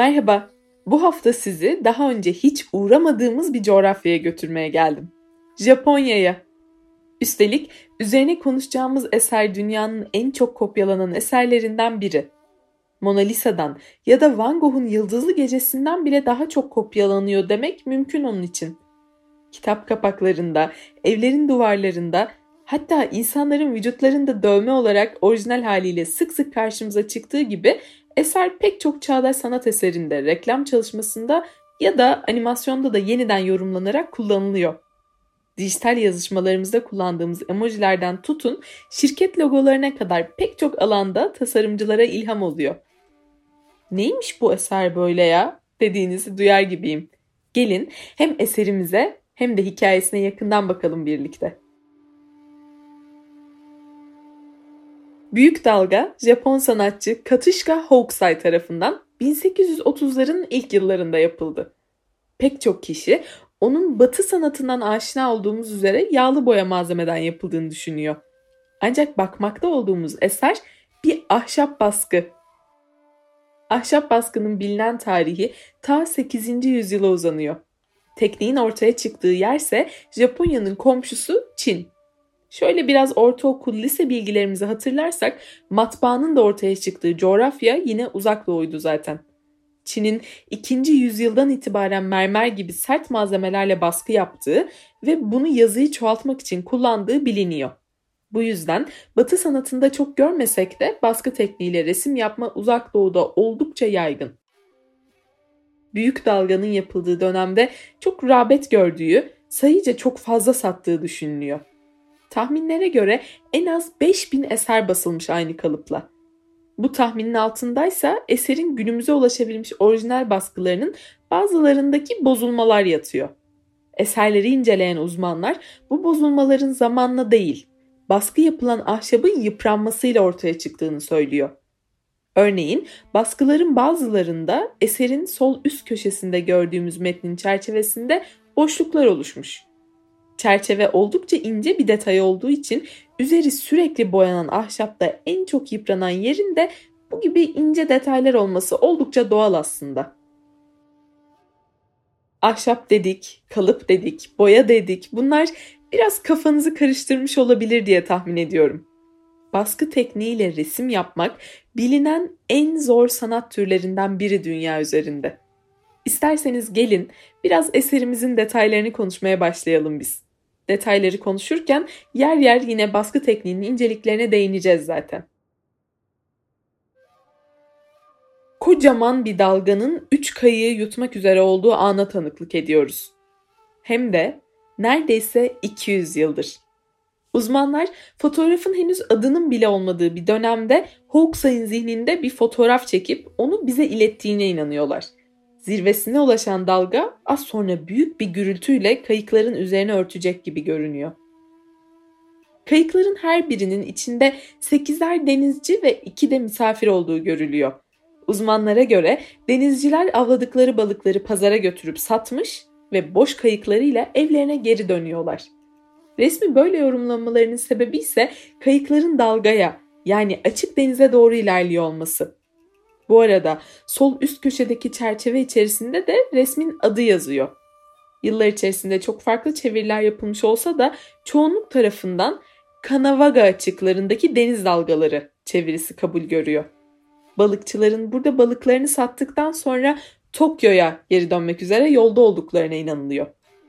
Merhaba, bu hafta sizi daha önce hiç uğramadığımız bir coğrafyaya götürmeye geldim. Japonya'ya. Üstelik üzerine konuşacağımız eser dünyanın en çok kopyalanan eserlerinden biri. Mona Lisa'dan ya da Van Gogh'un Yıldızlı Gecesi'nden bile daha çok kopyalanıyor demek mümkün onun için. Kitap kapaklarında, evlerin duvarlarında, hatta insanların vücutlarında dövme olarak orijinal haliyle sık sık karşımıza çıktığı gibi eser pek çok çağdaş sanat eserinde, reklam çalışmasında ya da animasyonda da yeniden yorumlanarak kullanılıyor. Dijital yazışmalarımızda kullandığımız emojilerden tutun, şirket logolarına kadar pek çok alanda tasarımcılara ilham oluyor. Neymiş bu eser böyle ya dediğinizi duyar gibiyim. Gelin hem eserimize hem de hikayesine yakından bakalım birlikte. Büyük Dalga, Japon sanatçı Katsushika Hokusai tarafından 1830'ların ilk yıllarında yapıldı. Pek çok kişi onun Batı sanatından aşina olduğumuz üzere yağlı boya malzemeden yapıldığını düşünüyor. Ancak bakmakta olduğumuz eser bir ahşap baskı. Ahşap baskının bilinen tarihi ta 8. yüzyıla uzanıyor. Tekniğin ortaya çıktığı yerse Japonya'nın komşusu Çin. Şöyle biraz ortaokul, lise bilgilerimizi hatırlarsak matbaanın da ortaya çıktığı coğrafya yine Uzak Doğu'ydu zaten. Çin'in 2. yüzyıldan itibaren mermer gibi sert malzemelerle baskı yaptığı ve bunu yazıyı çoğaltmak için kullandığı biliniyor. Bu yüzden Batı sanatında çok görmesek de baskı tekniğiyle resim yapma Uzak Doğu'da oldukça yaygın. Büyük Dalga'nın yapıldığı dönemde çok rağbet gördüğü, sayıca çok fazla sattığı düşünülüyor. Tahminlere göre en az 5000 eser basılmış aynı kalıpla. Bu tahminin altındaysa eserin günümüze ulaşabilmiş orijinal baskılarının bazılarındaki bozulmalar yatıyor. Eserleri inceleyen uzmanlar bu bozulmaların zamanla değil, baskı yapılan ahşabın yıpranmasıyla ortaya çıktığını söylüyor. Örneğin baskıların bazılarında eserin sol üst köşesinde gördüğümüz metnin çerçevesinde boşluklar oluşmuş. Çerçeve oldukça ince bir detay olduğu için üzeri sürekli boyanan ahşapta en çok yıpranan yerin de bu gibi ince detaylar olması oldukça doğal aslında. Ahşap dedik, kalıp dedik, boya dedik. Bunlar biraz kafanızı karıştırmış olabilir diye tahmin ediyorum. Baskı tekniğiyle resim yapmak bilinen en zor sanat türlerinden biri dünya üzerinde. İsterseniz gelin biraz eserimizin detaylarını konuşmaya başlayalım biz. Detayları konuşurken yer yer yine baskı tekniğinin inceliklerine değineceğiz zaten. Kocaman bir dalganın 3 kayığı yutmak üzere olduğu ana tanıklık ediyoruz. Hem de neredeyse 200 yıldır. Uzmanlar fotoğrafın henüz adının bile olmadığı bir dönemde Hokusai'nin zihninde bir fotoğraf çekip onu bize ilettiğine inanıyorlar. Zirvesine ulaşan dalga az sonra büyük bir gürültüyle kayıkların üzerine örtecek gibi görünüyor. Kayıkların her birinin içinde 8'er denizci ve 2 de misafir olduğu görülüyor. Uzmanlara göre denizciler avladıkları balıkları pazara götürüp satmış ve boş kayıklarıyla evlerine geri dönüyorlar. Resmi böyle yorumlamalarının sebebi ise kayıkların dalgaya yani açık denize doğru ilerliyor olması. Bu arada sol üst köşedeki çerçeve içerisinde de resmin adı yazıyor. Yıllar içerisinde çok farklı çeviriler yapılmış olsa da çoğunluk tarafından Kanavaga açıklarındaki deniz dalgaları çevirisi kabul görüyor. Balıkçıların burada balıklarını sattıktan sonra Tokyo'ya geri dönmek üzere yolda olduklarına inanılıyor.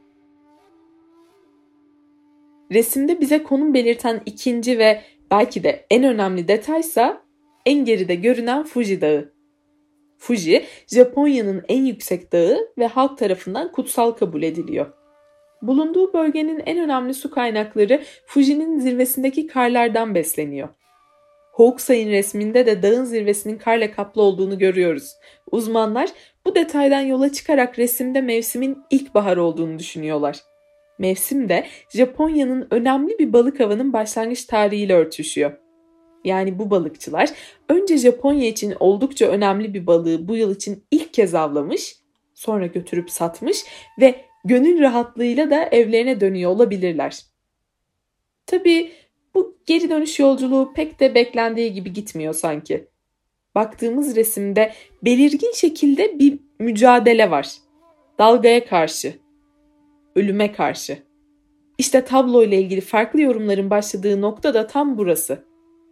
Resimde bize konum belirten ikinci ve belki de en önemli detaysa en geride görünen Fuji Dağı. Fuji, Japonya'nın en yüksek dağı ve halk tarafından kutsal kabul ediliyor. Bulunduğu bölgenin en önemli su kaynakları Fuji'nin zirvesindeki karlardan besleniyor. Hokusai'nin resminde de dağın zirvesinin karla kaplı olduğunu görüyoruz. Uzmanlar bu detaydan yola çıkarak resimde mevsimin ilkbahar olduğunu düşünüyorlar. Mevsim de Japonya'nın önemli bir balık avının başlangıç tarihiyle örtüşüyor. Yani bu balıkçılar önce Japonya için oldukça önemli bir balığı bu yıl için ilk kez avlamış, sonra götürüp satmış ve gönül rahatlığıyla da evlerine dönüyor olabilirler. Tabii bu geri dönüş yolculuğu pek de beklendiği gibi gitmiyor sanki. baktığımız resimde belirgin şekilde bir mücadele var. Dalgaya karşı, ölüme karşı. İşte tablo ile ilgili farklı yorumların başladığı nokta da tam burası.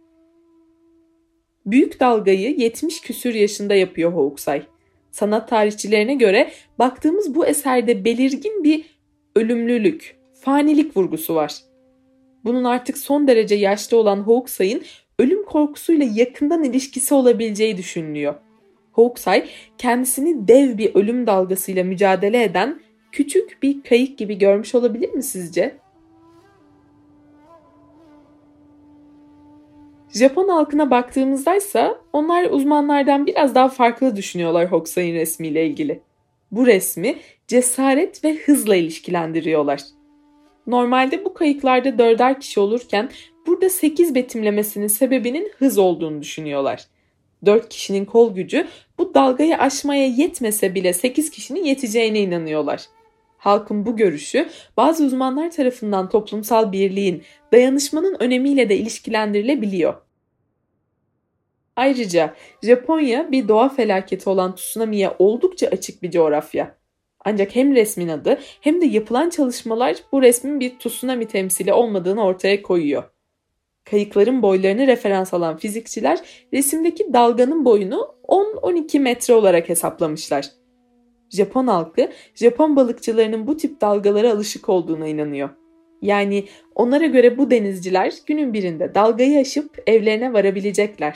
Büyük dalgayı 70 küsür yaşında yapıyor Hokusai. Sanat tarihçilerine göre baktığımız bu eserde belirgin bir ölümlülük, fanilik vurgusu var. Bunun artık son derece yaşlı olan Hokusai'nin ölüm korkusuyla yakından ilişkisi olabileceği düşünülüyor. Hokusai kendisini dev bir ölüm dalgasıyla mücadele eden küçük bir kayık gibi görmüş olabilir mi sizce? Japon halkına baktığımızda ise onlar uzmanlardan biraz daha farklı düşünüyorlar Hokusai'nin resmiyle ilgili. Bu resmi cesaret ve hızla ilişkilendiriyorlar. Normalde bu kayıklarda 4'er kişi olurken burada 8 betimlemesinin sebebinin hız olduğunu düşünüyorlar. 4 kişinin kol gücü bu dalgayı aşmaya yetmese bile 8 kişinin yeteceğine inanıyorlar. Halkın bu görüşü bazı uzmanlar tarafından toplumsal birliğin, dayanışmanın önemiyle de ilişkilendirilebiliyor. Ayrıca Japonya bir doğa felaketi olan tsunami'ye oldukça açık bir coğrafya. Ancak hem resmin adı hem de yapılan çalışmalar bu resmin bir tsunami temsili olmadığını ortaya koyuyor. Kayıkların boylarını referans alan fizikçiler resimdeki dalganın boyunu 10-12 metre olarak hesaplamışlar. Japon halkı, Japon balıkçılarının bu tip dalgalara alışık olduğuna inanıyor. Yani onlara göre bu denizciler günün birinde dalgayı aşıp evlerine varabilecekler.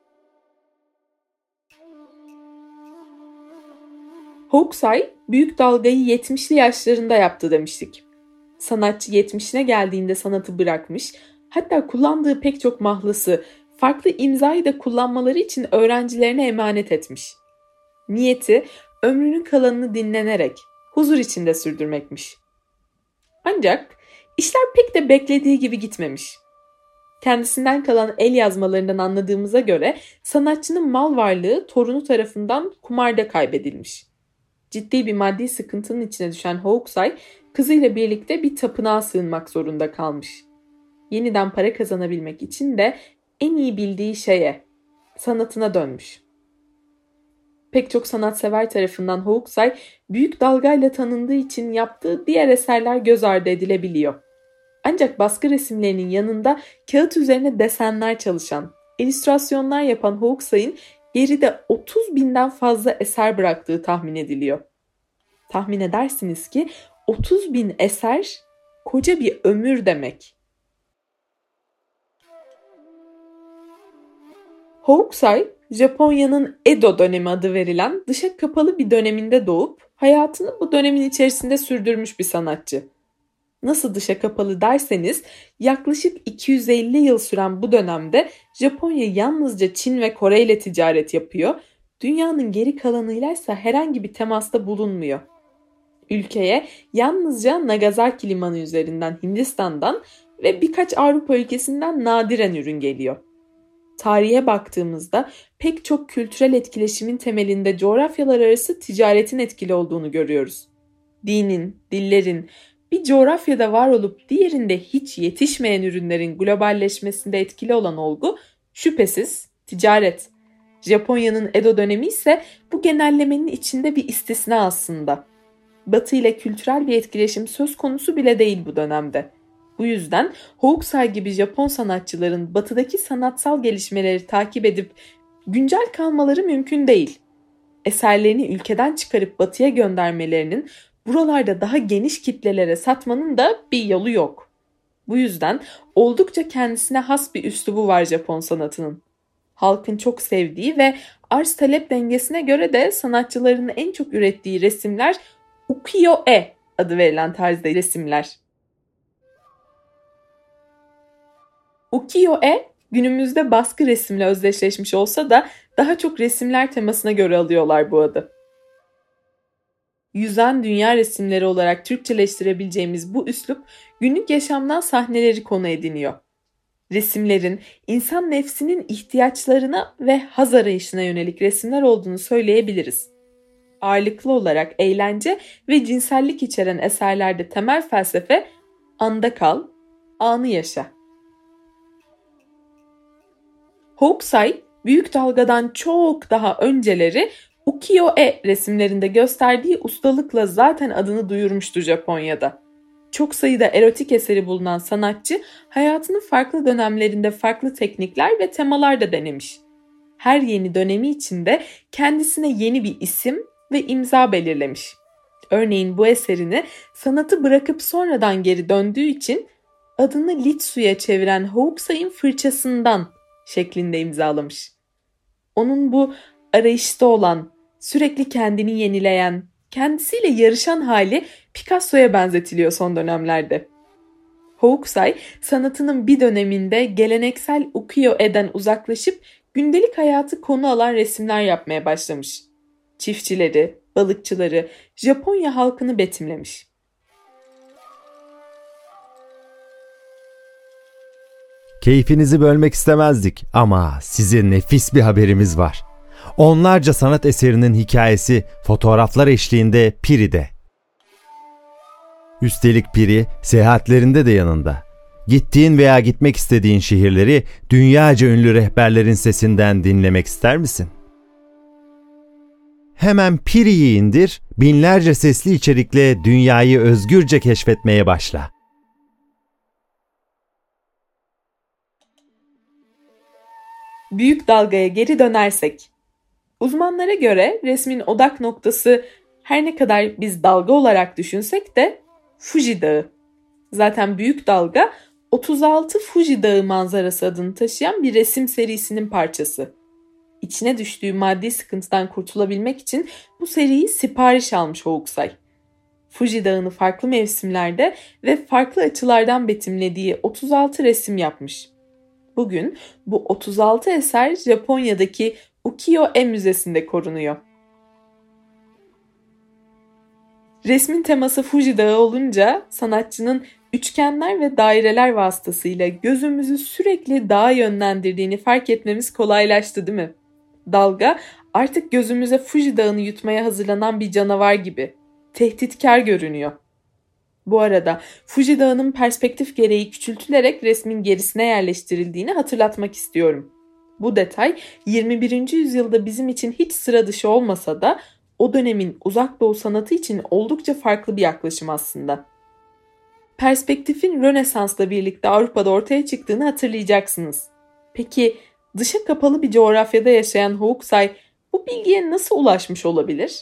Hokusai büyük dalgayı 70'li yaşlarında yaptı demiştik. Sanatçı 70'ine geldiğinde sanatı bırakmış, hatta kullandığı pek çok mahlası, farklı imzayı da kullanmaları için öğrencilerine emanet etmiş. Niyeti ömrünün kalanını dinlenerek, huzur içinde sürdürmekmiş. Ancak işler pek de beklediği gibi gitmemiş. Kendisinden kalan el yazmalarından anladığımıza göre sanatçının mal varlığı torunu tarafından kumarda kaybedilmiş. Ciddi bir maddi sıkıntının içine düşen Hokusai, kızıyla birlikte bir tapınağa sığınmak zorunda kalmış. Yeniden para kazanabilmek için de en iyi bildiği şeye, sanatına dönmüş. Pek çok sanatsever tarafından Hokusai, büyük dalgayla tanındığı için yaptığı diğer eserler göz ardı edilebiliyor. Ancak baskı resimlerinin yanında kağıt üzerine desenler çalışan, illüstrasyonlar yapan Hokusai'nin geride 30 binden fazla eser bıraktığı tahmin ediliyor. Tahmin edersiniz ki 30 bin eser koca bir ömür demek. Hokusai, Japonya'nın Edo dönemi adı verilen dışa kapalı bir döneminde doğup hayatını bu dönemin içerisinde sürdürmüş bir sanatçı. Nasıl dışa kapalı derseniz yaklaşık 250 yıl süren bu dönemde Japonya yalnızca Çin ve Kore ile ticaret yapıyor, dünyanın geri kalanıyla ise herhangi bir temasta bulunmuyor. Ülkeye yalnızca Nagasaki limanı üzerinden Hindistan'dan ve birkaç Avrupa ülkesinden nadiren ürün geliyor. Tarihe baktığımızda pek çok kültürel etkileşimin temelinde coğrafyalar arası ticaretin etkili olduğunu görüyoruz. Dinin, dillerin, bir coğrafyada var olup diğerinde hiç yetişmeyen ürünlerin globalleşmesinde etkili olan olgu şüphesiz ticaret. Japonya'nın Edo dönemi ise bu genellemenin içinde bir istisna aslında. Batı ile kültürel bir etkileşim söz konusu bile değil bu dönemde. Bu yüzden Hokusai gibi Japon sanatçıların batıdaki sanatsal gelişmeleri takip edip güncel kalmaları mümkün değil. Eserlerini ülkeden çıkarıp batıya göndermelerinin, buralarda daha geniş kitlelere satmanın da bir yolu yok. Bu yüzden oldukça kendisine has bir üslubu var Japon sanatının. Halkın çok sevdiği ve arz talep dengesine göre de sanatçıların en çok ürettiği resimler ukiyo-e adı verilen tarzda resimler. Ukiyo-e günümüzde baskı resimle özdeşleşmiş olsa da daha çok resimler temasına göre alıyorlar bu adı. Yüzen dünya resimleri olarak Türkçeleştirebileceğimiz bu üslup günlük yaşamdan sahneleri konu ediniyor. Resimlerin insan nefsinin ihtiyaçlarına ve haz arayışına yönelik resimler olduğunu söyleyebiliriz. Ağırlıklı olarak eğlence ve cinsellik içeren eserlerde temel felsefe anda kal, anı yaşa. Hokusai Büyük dalgadan çok daha önceleri ukiyo-e resimlerinde gösterdiği ustalıkla zaten adını duyurmuştu Japonya'da. Çok sayıda erotik eseri bulunan sanatçı hayatının farklı dönemlerinde farklı teknikler ve temalar da denemiş. Her yeni dönemi içinde kendisine yeni bir isim ve imza belirlemiş. Örneğin bu eserini sanatı bırakıp sonradan geri döndüğü için adını Litsu'ya çeviren Hokusai'nin fırçasından şeklinde imzalamış. Onun bu arayışta olan, sürekli kendini yenileyen, kendisiyle yarışan hali Picasso'ya benzetiliyor son dönemlerde. Hokusai sanatının bir döneminde geleneksel ukiyo-e'den uzaklaşıp gündelik hayatı konu alan resimler yapmaya başlamış. Çiftçileri, balıkçıları, Japonya halkını betimlemiş. Keyfinizi bölmek istemezdik ama size nefis bir haberimiz var. Onlarca sanat eserinin hikayesi fotoğraflar eşliğinde Piri'de. Üstelik Piri seyahatlerinde de yanında. Gittiğin veya gitmek istediğin şehirleri dünyaca ünlü rehberlerin sesinden dinlemek ister misin? Hemen Piri'yi indir, binlerce sesli içerikle dünyayı özgürce keşfetmeye başla. Büyük dalgaya geri dönersek, uzmanlara göre resmin odak noktası her ne kadar biz dalga olarak düşünsek de Fuji Dağı. Zaten büyük dalga 36 Fuji Dağı manzarası adını taşıyan bir resim serisinin parçası. İçine düştüğü maddi sıkıntıdan kurtulabilmek için bu seriyi sipariş almış Hokusai. Fuji Dağı'nı farklı mevsimlerde ve farklı açılardan betimlediği 36 resim yapmış. Bugün bu 36 eser Japonya'daki Ukiyo-e Müzesi'nde korunuyor. Resmin teması Fuji Dağı olunca sanatçının üçgenler ve daireler vasıtasıyla gözümüzü sürekli dağa yönlendirdiğini fark etmemiz kolaylaştı, değil mi? Dalga artık gözümüze Fuji Dağı'nı yutmaya hazırlanan bir canavar gibi tehditkar görünüyor. Bu arada Fuji Dağı'nın perspektif gereği küçültülerek resmin gerisine yerleştirildiğini hatırlatmak istiyorum. Bu detay 21. yüzyılda bizim için hiç sıra dışı olmasa da o dönemin Uzak Doğu sanatı için oldukça farklı bir yaklaşım aslında. Perspektifin Rönesans'la birlikte Avrupa'da ortaya çıktığını hatırlayacaksınız. Peki dışa kapalı bir coğrafyada yaşayan Hokusai bu bilgiye nasıl ulaşmış olabilir?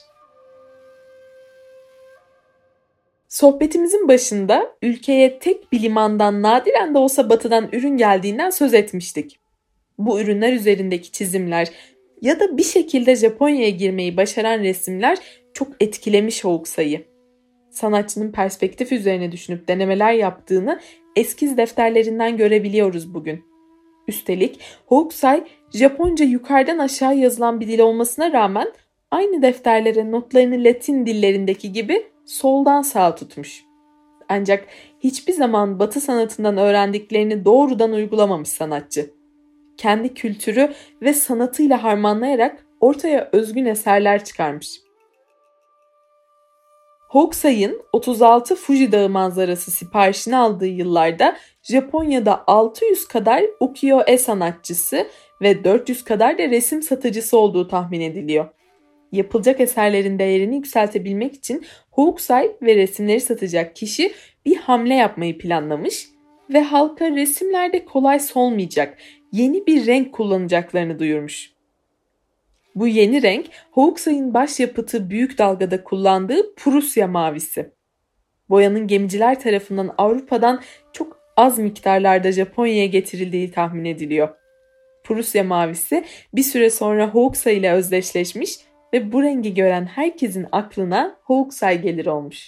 Sohbetimizin başında ülkeye tek bir limandan nadiren de olsa batıdan ürün geldiğinden söz etmiştik. Bu ürünler üzerindeki çizimler ya da bir şekilde Japonya'ya girmeyi başaran resimler çok etkilemiş Hokusai'yi. Sanatçının perspektif üzerine düşünüp denemeler yaptığını eskiz defterlerinden görebiliyoruz bugün. Üstelik Hokusai Japonca yukarıdan aşağı yazılan bir dil olmasına rağmen aynı defterlere notlarını Latin dillerindeki gibi soldan sağa tutmuş. Ancak hiçbir zaman Batı sanatından öğrendiklerini doğrudan uygulamamış sanatçı. Kendi kültürü ve sanatıyla harmanlayarak ortaya özgün eserler çıkarmış. Hokusai'nin 36 Fuji Dağı manzarası siparişini aldığı yıllarda Japonya'da 600 kadar ukiyo-e sanatçısı ve 400 kadar da resim satıcısı olduğu tahmin ediliyor. Yapılacak eserlerin değerini yükseltebilmek için Hokusai ve resimleri satacak kişi bir hamle yapmayı planlamış ve halka resimlerde kolay solmayacak yeni bir renk kullanacaklarını duyurmuş. Bu yeni renk Hokusai'nin başyapıtı Büyük Dalga'da kullandığı Prusya mavisi. Boyanın gemiciler tarafından Avrupa'dan çok az miktarlarda Japonya'ya getirildiği tahmin ediliyor. Prusya mavisi bir süre sonra Hokusai ile özdeşleşmiş ve bu rengi gören herkesin aklına Hokusai gelir olmuş.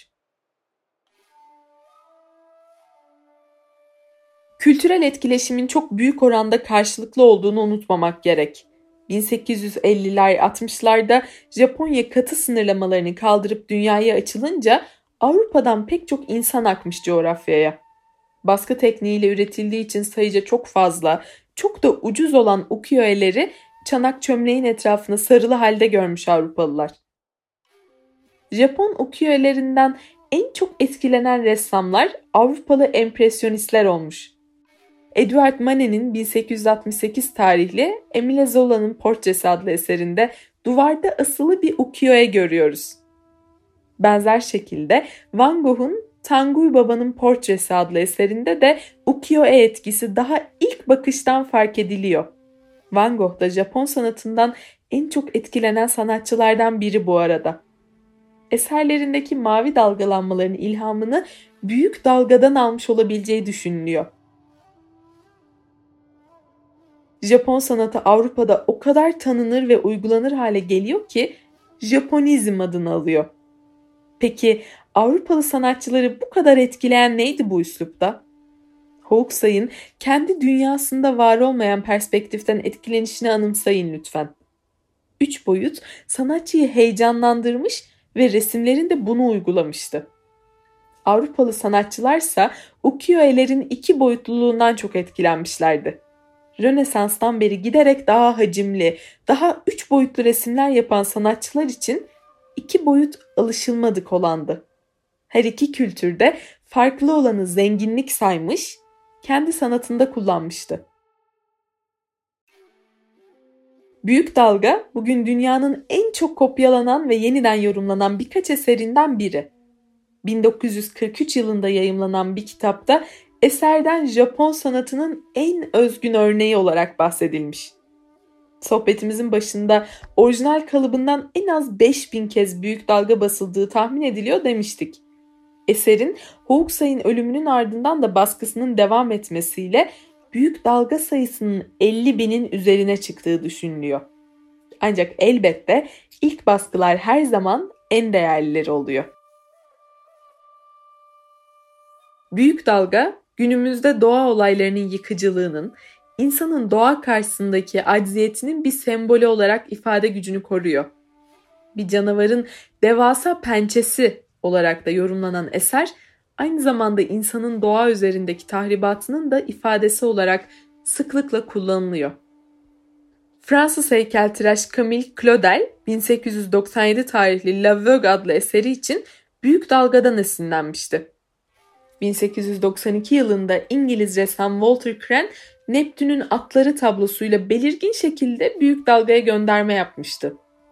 Kültürel etkileşimin çok büyük oranda karşılıklı olduğunu unutmamak gerek. 1850'ler 60'larda Japonya katı sınırlamalarını kaldırıp dünyaya açılınca Avrupa'dan pek çok insan akmış coğrafyaya. Baskı tekniğiyle üretildiği için sayıca çok fazla, çok da ucuz olan ukiyo-e'leri çanak çömleğin etrafına sarılı halde görmüş Avrupalılar. Japon ukiyo-e'lerinden en çok etkilenen ressamlar Avrupalı empresyonistler olmuş. Edouard Manet'in 1868 tarihli Emile Zola'nın Portresi adlı eserinde duvarda asılı bir ukiyo-e görüyoruz. Benzer şekilde Van Gogh'un Tanguy Baba'nın Portresi adlı eserinde de ukiyo-e etkisi daha ilk bakıştan fark ediliyor. Van Gogh da Japon sanatından en çok etkilenen sanatçılardan biri bu arada. Eserlerindeki mavi dalgalanmaların ilhamını büyük dalgadan almış olabileceği düşünülüyor. Japon sanatı Avrupa'da o kadar tanınır ve uygulanır hale geliyor ki Japonizm adını alıyor. Peki Avrupalı sanatçıları bu kadar etkileyen neydi bu üslupta? Hokusai'nin kendi dünyasında var olmayan perspektiften etkilenişini anımsayın lütfen. 3 boyut sanatçıyı heyecanlandırmış ve resimlerinde bunu uygulamıştı. Avrupalı sanatçılarsa ukiyo-e'lerin 2 boyutluluğundan çok etkilenmişlerdi. Rönesans'tan beri giderek daha hacimli, daha 3 boyutlu resimler yapan sanatçılar için 2 boyut alışılmadık olandı. Her iki kültürde farklı olanı zenginlik saymış, kendi sanatında kullanmıştı. Büyük Dalga bugün dünyanın en çok kopyalanan ve yeniden yorumlanan birkaç eserinden biri. 1943 yılında yayımlanan bir kitapta eserden Japon sanatının en özgün örneği olarak bahsedilmiş. Sohbetimizin başında orijinal kalıbından en az 5000 kez Büyük Dalga basıldığı tahmin ediliyor demiştik. Eserin Hokusai'nin ölümünün ardından da baskısının devam etmesiyle Büyük Dalga sayısının 50.000'in üzerine çıktığı düşünülüyor. Ancak elbette ilk baskılar her zaman en değerlileri oluyor. Büyük Dalga günümüzde doğa olaylarının yıkıcılığının, insanın doğa karşısındaki acziyetinin bir sembolü olarak ifade gücünü koruyor. Bir canavarın devasa pençesi olarak da yorumlanan eser, aynı zamanda insanın doğa üzerindeki tahribatının da ifadesi olarak sıklıkla kullanılıyor. Fransız heykeltıraş Camille Claudel, 1897 tarihli La Vogue adlı eseri için Büyük Dalga'dan esinlenmişti. 1892 yılında İngiliz ressam Walter Crane, Neptün'ün atları tablosuyla belirgin şekilde Büyük Dalga'ya gönderme yapmıştı.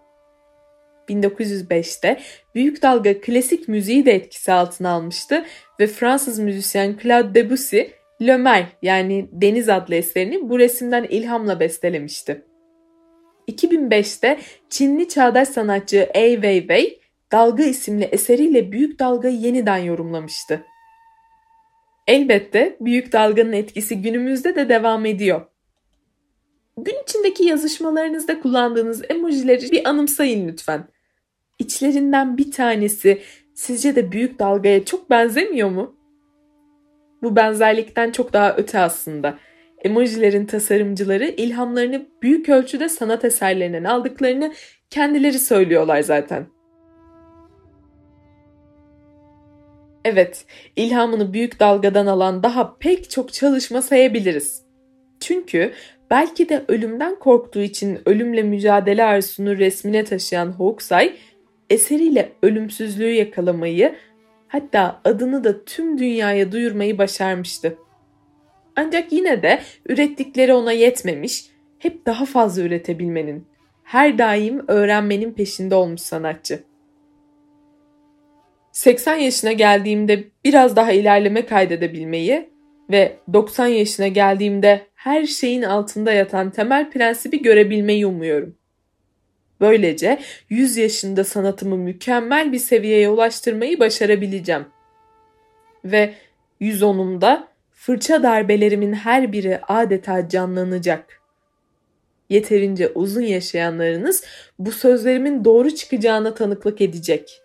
1905'te Büyük Dalga klasik müziği de etkisi altına almıştı ve Fransız müzisyen Claude Debussy, Le Mer yani Deniz adlı eserini bu resimden ilhamla bestelemişti. 2005'te Çinli çağdaş sanatçı Ai Weiwei, Dalga isimli eseriyle Büyük Dalga'yı yeniden yorumlamıştı. Elbette Büyük Dalga'nın etkisi günümüzde de devam ediyor. Gün içindeki yazışmalarınızda kullandığınız emojileri bir anımsayın lütfen. İçlerinden bir tanesi sizce de Büyük Dalga'ya çok benzemiyor mu? Bu benzerlikten çok daha öte aslında. Emojilerin tasarımcıları ilhamlarını büyük ölçüde sanat eserlerinden aldıklarını kendileri söylüyorlar zaten. Evet, ilhamını Büyük Dalga'dan alan daha pek çok çalışma sayabiliriz. Çünkü belki de ölümden korktuğu için ölümle mücadele arzusunu resmine taşıyan Hokusai, eseriyle ölümsüzlüğü yakalamayı, hatta adını da tüm dünyaya duyurmayı başarmıştı. Ancak yine de ürettikleri ona yetmemiş, hep daha fazla üretebilmenin, her daim öğrenmenin peşinde olmuş sanatçı. 80 yaşına geldiğimde biraz daha ilerleme kaydedebilmeyi ve 90 yaşına geldiğimde her şeyin altında yatan temel prensibi görebilmeyi umuyorum. Böylece 100 yaşında sanatımı mükemmel bir seviyeye ulaştırmayı başarabileceğim. Ve 110'umda fırça darbelerimin her biri adeta canlanacak. Yeterince uzun yaşayanlarınız bu sözlerimin doğru çıkacağına tanıklık edecek.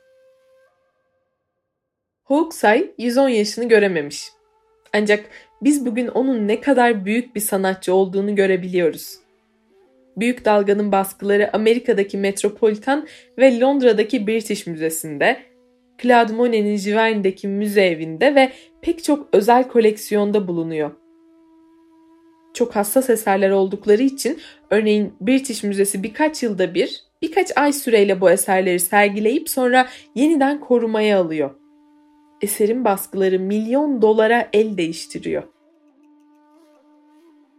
Hokusai 110 yaşını görememiş. Ancak biz bugün onun ne kadar büyük bir sanatçı olduğunu görebiliyoruz. Büyük Dalga'nın baskıları Amerika'daki Metropolitan ve Londra'daki British Müzesi'nde, Claude Monet'in Giverny'deki müze evinde ve pek çok özel koleksiyonda bulunuyor. Çok hassas eserler oldukları için örneğin British Müzesi birkaç ay süreyle bu eserleri sergileyip sonra yeniden korumaya alıyor. Eserin baskıları $1.000.000 el değiştiriyor.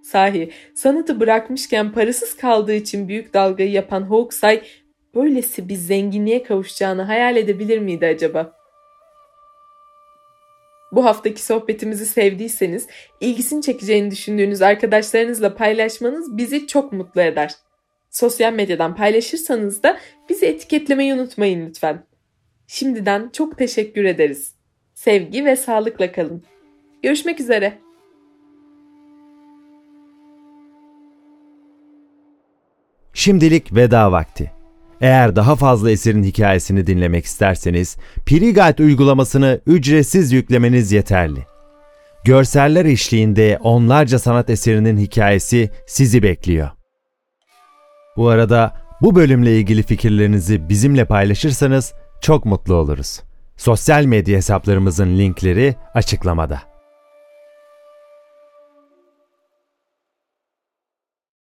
Sahi, sanatı bırakmışken parasız kaldığı için büyük dalgayı yapan Hokusai böylesi bir zenginliğe kavuşacağını hayal edebilir miydi acaba? Bu haftaki sohbetimizi sevdiyseniz, ilgisini çekeceğini düşündüğünüz arkadaşlarınızla paylaşmanız bizi çok mutlu eder. Sosyal medyadan paylaşırsanız da bizi etiketlemeyi unutmayın lütfen. Şimdiden çok teşekkür ederiz. Sevgi ve sağlıkla kalın. Görüşmek üzere. Şimdilik veda vakti. Eğer daha fazla eserin hikayesini dinlemek isterseniz, PiriGuide uygulamasını ücretsiz yüklemeniz yeterli. Görseller eşliğinde onlarca sanat eserinin hikayesi sizi bekliyor. Bu arada bu bölümle ilgili fikirlerinizi bizimle paylaşırsanız çok mutlu oluruz. Sosyal medya hesaplarımızın linkleri açıklamada.